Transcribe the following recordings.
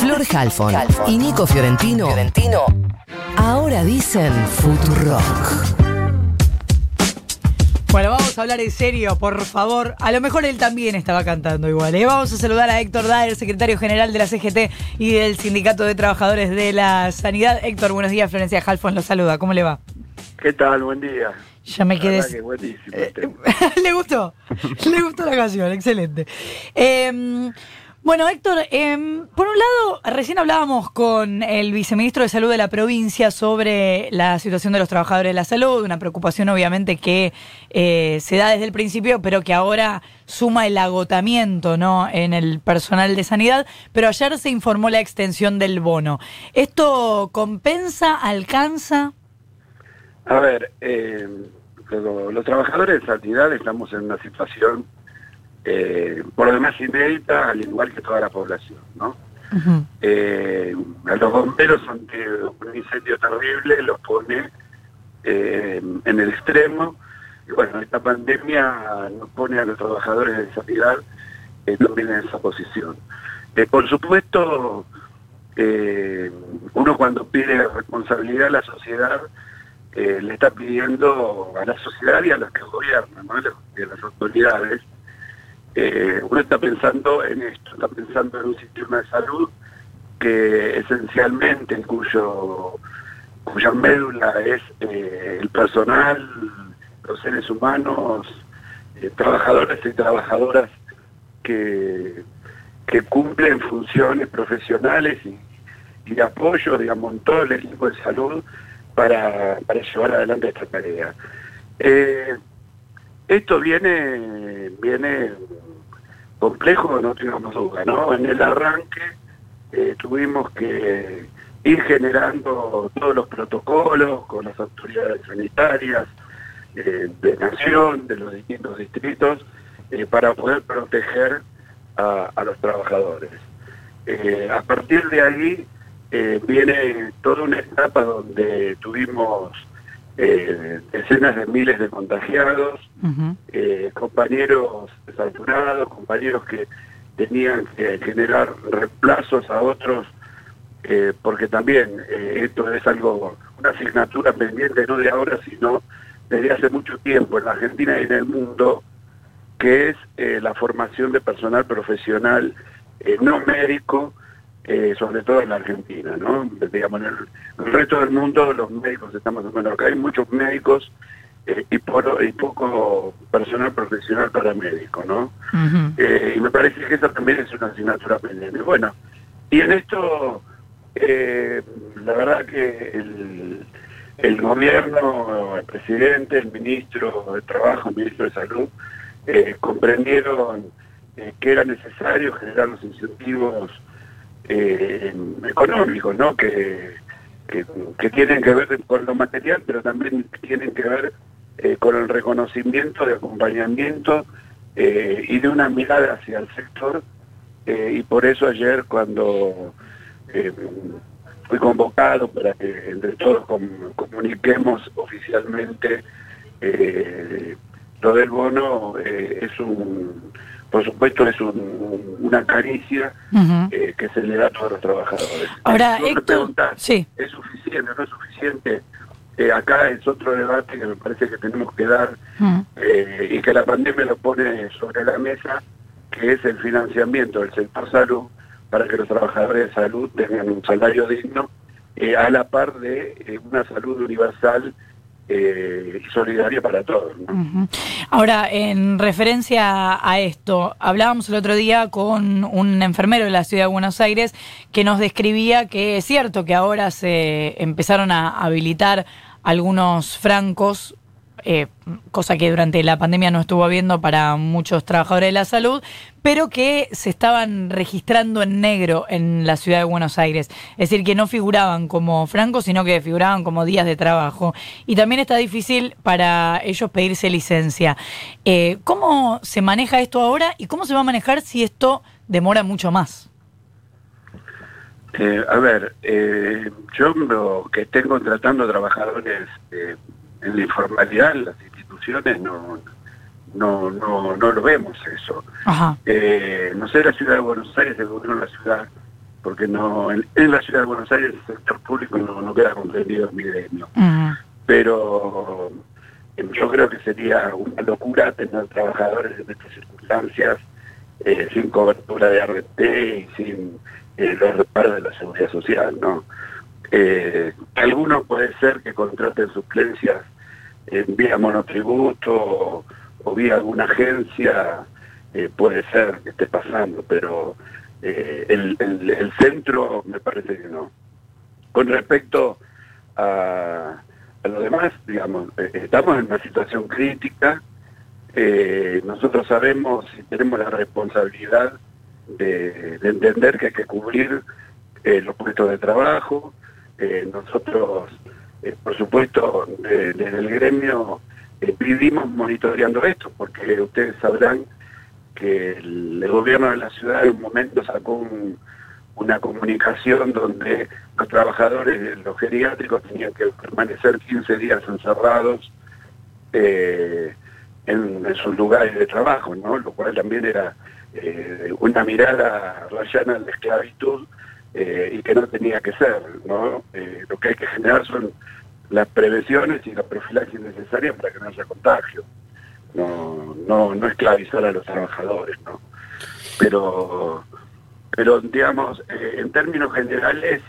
Flor Halfon y Nico Fiorentino ahora dicen Futurock. Bueno, vamos a hablar en serio, por favor. A lo mejor él también estaba cantando igual, ¿eh? Vamos a saludar a Héctor Daer, secretario general de la CGT y del Sindicato de Trabajadores de la Sanidad. Héctor, buenos días. Florencia Halfon lo saluda. ¿Cómo le va? ¿Qué tal? Buen día. Ya me quedé... Que buenísimo. ¿Le gustó? Le gustó la canción, excelente. Bueno, Héctor, por un lado, recién hablábamos con el viceministro de Salud de la provincia sobre la situación de los trabajadores de la salud, una preocupación obviamente que se da desde el principio, pero que ahora suma el agotamiento, ¿no?, en el personal de sanidad, pero ayer se informó la extensión del bono. ¿Esto compensa, alcanza? A ver, los trabajadores de sanidad estamos en una situación por lo demás inédita, al igual que toda la población, ¿no? Uh-huh. A los bomberos ante un incendio terrible los pone en el extremo, y bueno, esta pandemia nos pone a los trabajadores de sanidad también en esa posición. Por supuesto, uno cuando pide responsabilidad a la sociedad, le está pidiendo a la sociedad y a los que gobiernan, ¿no?, a las autoridades. Uno está pensando en esto, está pensando en un sistema de salud que esencialmente, cuya médula es el personal, los seres humanos, trabajadores y trabajadoras que cumplen funciones profesionales y de apoyo, digamos, en todo el equipo de salud para llevar adelante esta tarea. Esto viene complejo, no tengamos duda, ¿no? En el arranque tuvimos que ir generando todos los protocolos con las autoridades sanitarias de Nación, de los distintos distritos, para poder proteger a los trabajadores. A partir de ahí viene toda una etapa donde tuvimos decenas de miles de contagiados, uh-huh, compañeros saturados, compañeros que tenían que generar reemplazos a otros, porque también esto es algo, una asignatura pendiente no de ahora, sino desde hace mucho tiempo en la Argentina y en el mundo, que es la formación de personal profesional no médico, sobre todo en la Argentina, ¿no? Digamos, en el resto del mundo los médicos estamos en menos. Acá hay muchos médicos y poco personal profesional paramédico, ¿no? Uh-huh. Y me parece que esa también es una asignatura pendiente. Bueno, y en esto, la verdad que el gobierno, el presidente, el ministro de Trabajo, el ministro de Salud, comprendieron que era necesario generar los incentivos económicos, ¿no?, que tienen que ver con lo material, pero también tienen que ver con el reconocimiento de acompañamiento y de una mirada hacia el sector, y por eso ayer cuando fui convocado para que entre todos comuniquemos oficialmente lo del bono, por supuesto es una caricia, uh-huh, que se le da a todos los trabajadores. Ahora, Héctor, sí. ¿Es suficiente o no es suficiente? Acá es otro debate que me parece que tenemos que dar, uh-huh, y que la pandemia lo pone sobre la mesa, que es el financiamiento del sector salud para que los trabajadores de salud tengan un salario digno, a la par de una salud universal y solidaria para todos, ¿no? Uh-huh. Ahora, en referencia a esto, hablábamos el otro día con un enfermero de la ciudad de Buenos Aires que nos describía que es cierto que ahora se empezaron a habilitar algunos francos, cosa que durante la pandemia no estuvo habiendo para muchos trabajadores de la salud, pero que se estaban registrando en negro en la ciudad de Buenos Aires. Es decir, que no figuraban como francos, sino que figuraban como días de trabajo. Y también está difícil para ellos pedirse licencia. ¿Cómo se maneja esto ahora y cómo se va a manejar si esto demora mucho más? A ver, yo lo que tengo tratando trabajadores en la informalidad, en las instituciones, no lo vemos eso. No sé, la ciudad de Buenos Aires, el gobierno de la ciudad porque no en la ciudad de Buenos Aires el sector público no queda comprendido en mi gremio. Pero yo creo que sería una locura tener trabajadores en estas circunstancias sin cobertura de RT y sin los reparos de la seguridad social, ¿no? Algunos puede ser que contraten suplencias vía monotributo o vía alguna agencia, puede ser que esté pasando, pero el centro me parece que no. Con respecto a lo demás, digamos, estamos en una situación crítica. Nosotros sabemos y tenemos la responsabilidad de entender que hay que cubrir los puestos de trabajo. Nosotros, por supuesto, desde el gremio vivimos monitoreando esto, porque ustedes sabrán que el gobierno de la ciudad en un momento sacó una comunicación donde los trabajadores de los geriátricos tenían que permanecer 15 días encerrados en sus lugares de trabajo, ¿no? Lo cual también era una mirada rayana de esclavitud y que no tenía que ser, ¿no? Lo que hay que generar son las prevenciones y la profilaxis necesarias para que no haya contagio. No esclavizar a los trabajadores, ¿no? Pero digamos, en términos generales,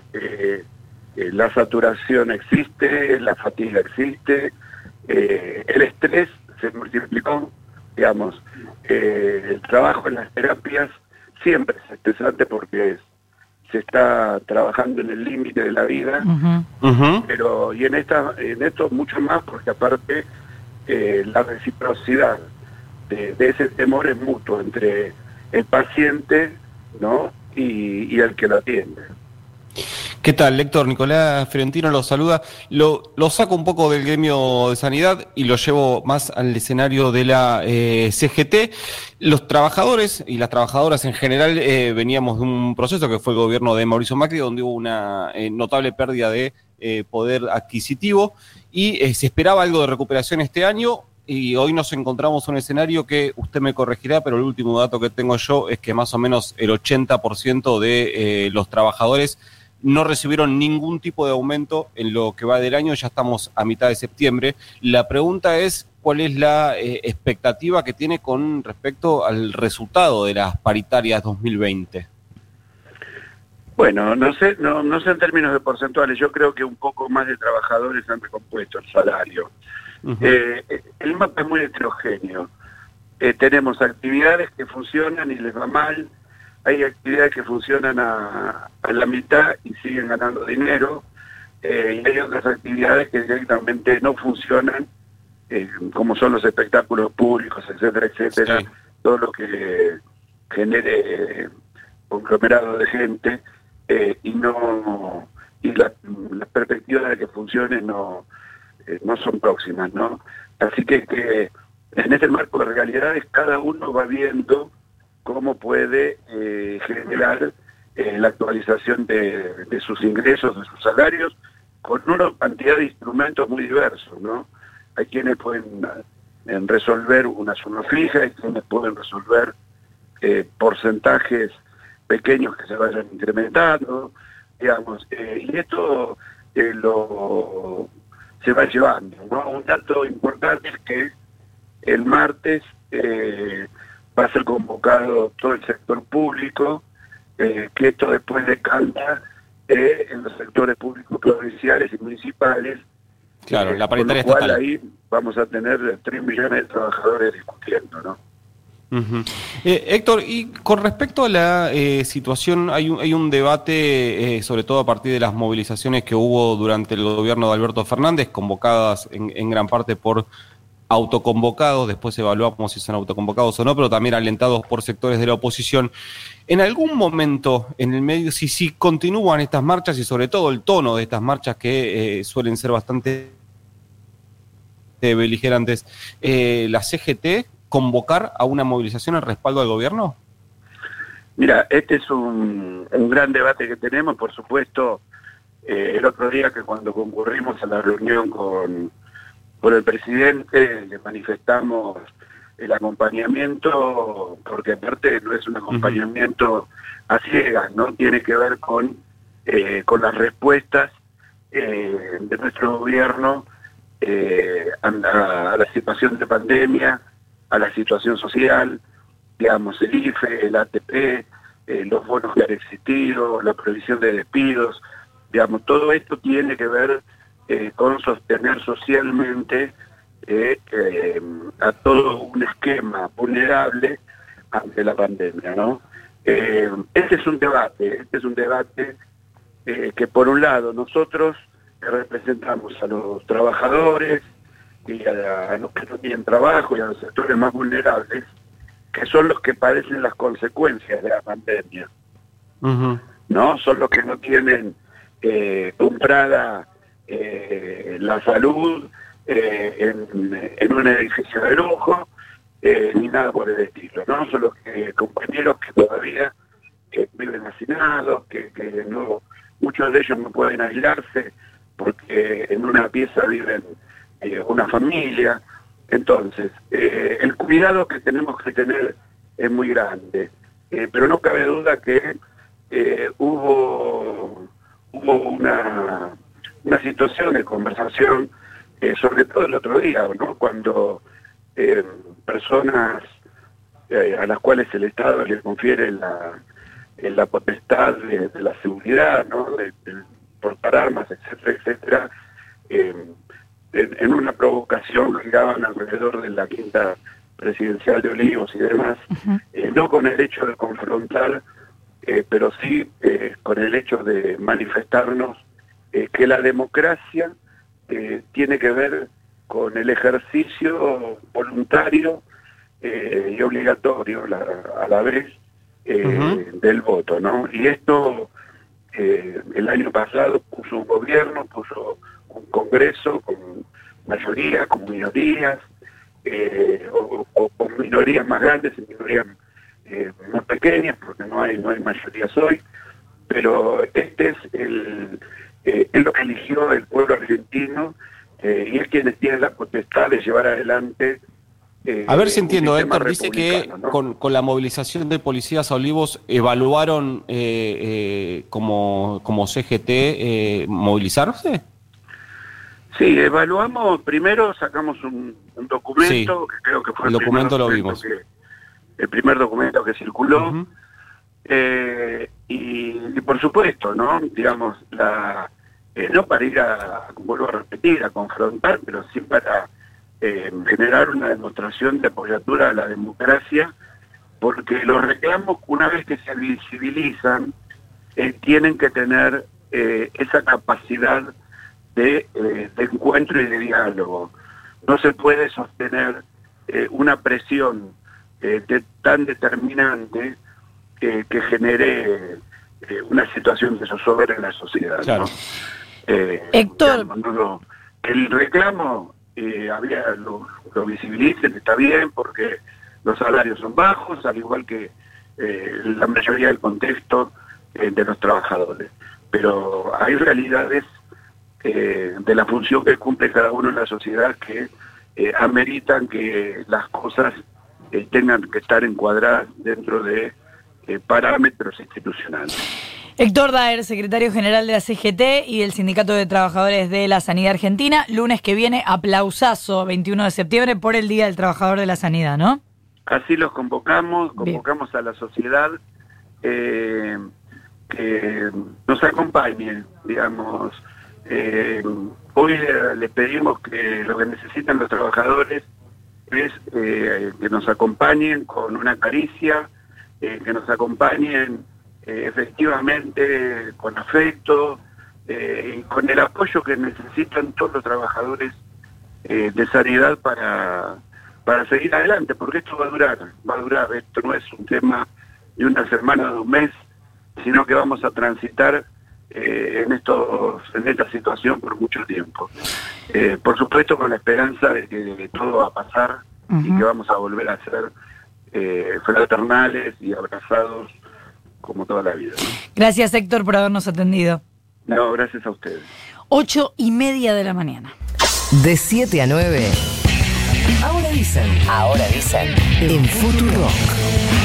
la saturación existe, la fatiga existe, el estrés se multiplicó, digamos, el trabajo en las terapias siempre es estresante porque se está trabajando en el límite de la vida, pero y en esto mucho más porque aparte la reciprocidad de ese temor es mutuo entre el paciente, ¿no? y el que lo atiende. ¿Qué tal, Héctor? Nicolás Fiorentino lo saluda. Lo saco un poco del gremio de sanidad y lo llevo más al escenario de la CGT. Los trabajadores y las trabajadoras en general veníamos de un proceso que fue el gobierno de Mauricio Macri, donde hubo una notable pérdida de poder adquisitivo y se esperaba algo de recuperación este año. Y hoy nos encontramos en un escenario que usted me corregirá, pero el último dato que tengo yo es que más o menos el 80% de los trabajadores no recibieron ningún tipo de aumento en lo que va del año. Ya estamos a mitad de septiembre. La pregunta es, ¿cuál es la expectativa que tiene con respecto al resultado de las paritarias 2020? Bueno, no sé en términos de porcentuales. Yo creo que un poco más de trabajadores han recompuesto el salario. El mapa es muy heterogéneo. Tenemos actividades que funcionan y les va mal, hay actividades que funcionan a la mitad y siguen ganando dinero, y hay otras actividades que directamente no funcionan, como son los espectáculos públicos, etcétera, etcétera, sí. Todo lo que genere conglomerado de gente, y las perspectivas de que funcione no son próximas, ¿no? Así que en este marco de realidades cada uno va viendo cómo puede generar la actualización de sus ingresos, de sus salarios, con una cantidad de instrumentos muy diversos, ¿no? Hay quienes pueden resolver una suma fija, hay quienes pueden resolver porcentajes pequeños que se vayan incrementando, digamos, y esto se va llevando, ¿no? Un dato importante es que el martes va a ser convocado todo el sector público, que esto después decanta en los sectores públicos provinciales y municipales. Claro, la paritaria estatal. estatal. Ahí vamos a tener 3 millones de trabajadores discutiendo, ¿no? Héctor, y con respecto a la situación, hay un debate, sobre todo a partir de las movilizaciones que hubo durante el gobierno de Alberto Fernández, convocadas en gran parte por autoconvocados, después evaluamos si son autoconvocados o no, pero también alentados por sectores de la oposición. En algún momento, en el medio, si continúan estas marchas y sobre todo el tono de estas marchas que suelen ser bastante beligerantes, la CGT convocar a una movilización en respaldo al gobierno? Mira, este es un gran debate que tenemos, por supuesto. El otro día que cuando concurrimos a la reunión con el presidente, le manifestamos el acompañamiento, porque aparte no es un acompañamiento a ciegas, ¿no? Tiene que ver con las respuestas de nuestro gobierno a la situación de pandemia, a la situación social, digamos, el IFE, el ATP, los bonos que han existido, la prohibición de despidos, digamos, todo esto tiene que ver con sostener socialmente a todo un esquema vulnerable ante la pandemia, ¿no? Este es un debate que por un lado nosotros representamos a los trabajadores y a los que no tienen trabajo y a los sectores más vulnerables, que son los que padecen las consecuencias de la pandemia, ¿no? Son los que no tienen comprada la salud en un edificio de lujo, ni nada por el estilo, ¿no? Son los compañeros que todavía viven hacinados, que no, muchos de ellos no pueden aislarse porque en una pieza viven una familia. Entonces, el cuidado que tenemos que tener es muy grande, pero no cabe duda que hubo una situación de conversación, sobre todo el otro día, ¿no? Cuando personas a las cuales el Estado les confiere la potestad de la seguridad, ¿no? De portar armas, etcétera, etcétera, en una provocación giraban alrededor de la quinta presidencial de Olivos y demás, no con el hecho de confrontar, pero sí con el hecho de manifestarnos que la democracia tiene que ver con el ejercicio voluntario y obligatorio a la vez del voto, ¿no? Y esto el año pasado puso un gobierno, puso un Congreso con mayoría, con minorías, o con minorías más grandes y minorías más pequeñas, porque no hay mayorías hoy, pero este es lo que eligió el pueblo argentino, y es quienes tienen la potestad de llevar adelante. A ver si entiendo, Héctor, dice que ¿no? con la movilización de policías a Olivos evaluaron como CGT movilizarse. Sí, evaluamos, primero sacamos un documento, que creo que fue el documento lo vimos. El primer documento que circuló, y por supuesto, ¿no? Digamos, no para ir vuelvo a repetir, a confrontar, pero sí para generar una demostración de apoyatura a la democracia, porque los reclamos, una vez que se visibilizan, tienen que tener esa capacidad de encuentro y de diálogo. No se puede sostener una presión tan determinante que genere una situación de zozobra en la sociedad, claro. ¿no? Héctor, el reclamo lo visibilicen, está bien, porque los salarios son bajos, al igual que la mayoría del contexto de los trabajadores, pero hay realidades de la función que cumple cada uno en la sociedad que ameritan que las cosas tengan que estar encuadradas dentro de parámetros institucionales. Héctor Daer, secretario general de la CGT y del Sindicato de Trabajadores de la Sanidad Argentina, lunes que viene, aplausazo, 21 de septiembre, por el Día del Trabajador de la Sanidad, ¿no? Así los convocamos Bien. A la sociedad que nos acompañe, digamos. Hoy les pedimos que lo que necesitan los trabajadores es que nos acompañen con una caricia, que nos acompañen efectivamente con afecto, y con el apoyo que necesitan todos los trabajadores de sanidad para seguir adelante, porque esto va a durar, esto no es un tema de una semana, de un mes, sino que vamos a transitar en esta situación por mucho tiempo. Por supuesto con la esperanza de que todo va a pasar y que vamos a volver a ser fraternales y abrazados como toda la vida, ¿no? Gracias, Héctor, por habernos atendido. No, gracias a ustedes. 8:30 de la mañana. De 7 a 9. Ahora dice. dicen en Futurock.